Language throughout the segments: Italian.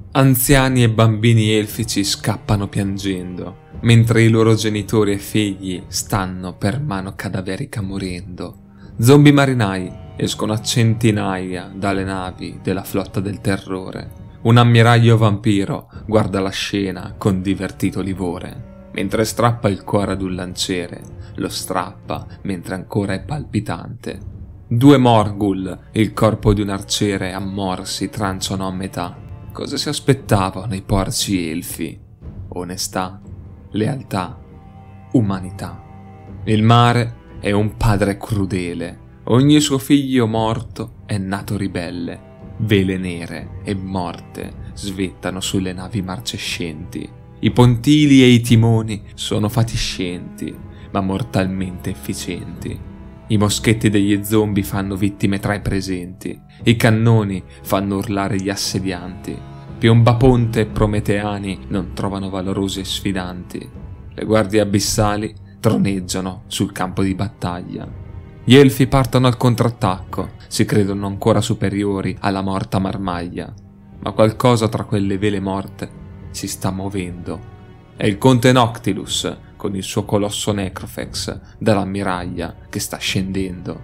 Anziani e bambini elfici scappano piangendo, mentre i loro genitori e figli stanno per mano cadaverica morendo. Zombie marinai escono a centinaia dalle navi della flotta del terrore. Un ammiraglio vampiro guarda la scena con divertito livore. Mentre strappa il cuore ad un lanciere, lo strappa mentre ancora è palpitante. 2 Morgul, il corpo di un arciere ammorsi, tranciano a metà. Cosa si aspettavano i porci elfi? Onestà, lealtà, umanità. Il mare è un padre crudele. Ogni suo figlio morto è nato ribelle. Vele nere e morte svettano sulle navi marcescenti. I pontili e i timoni sono fatiscenti, ma mortalmente efficienti. I moschetti degli zombie fanno vittime tra i presenti. I cannoni fanno urlare gli assedianti. Piombaponte e prometeani non trovano valorosi e sfidanti. Le guardie abissali troneggiano sul campo di battaglia. Gli elfi partono al contrattacco, si credono ancora superiori alla morta marmaglia, ma qualcosa tra quelle vele morte si sta muovendo. È il conte Noctilus con il suo colosso Necrofex dall'ammiraglia che sta scendendo.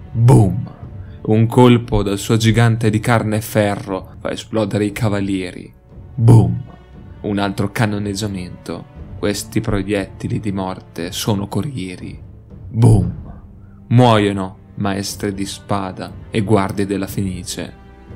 Boom! Un colpo dal suo gigante di carne e ferro fa esplodere i cavalieri. Boom! Un altro cannoneggiamento. Questi proiettili di morte sono corrieri. Boom! Muoiono maestre di spada e guardie della Fenice.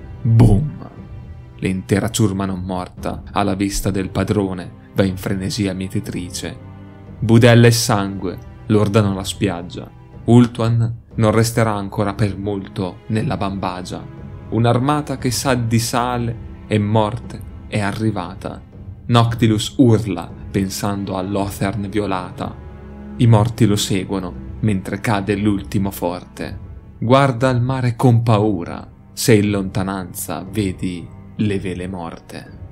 Boom! L'intera ciurma non morta, alla vista del padrone, va in frenesia mietitrice. Budella e sangue lordano la spiaggia. Ultuan non resterà ancora per molto nella bambagia. Un'armata che sa di sale e morte è arrivata. Noctilus urla pensando all'Othern violata. I morti lo seguono mentre cade l'ultimo forte. Guarda il mare con paura se in lontananza vedi le vele morte.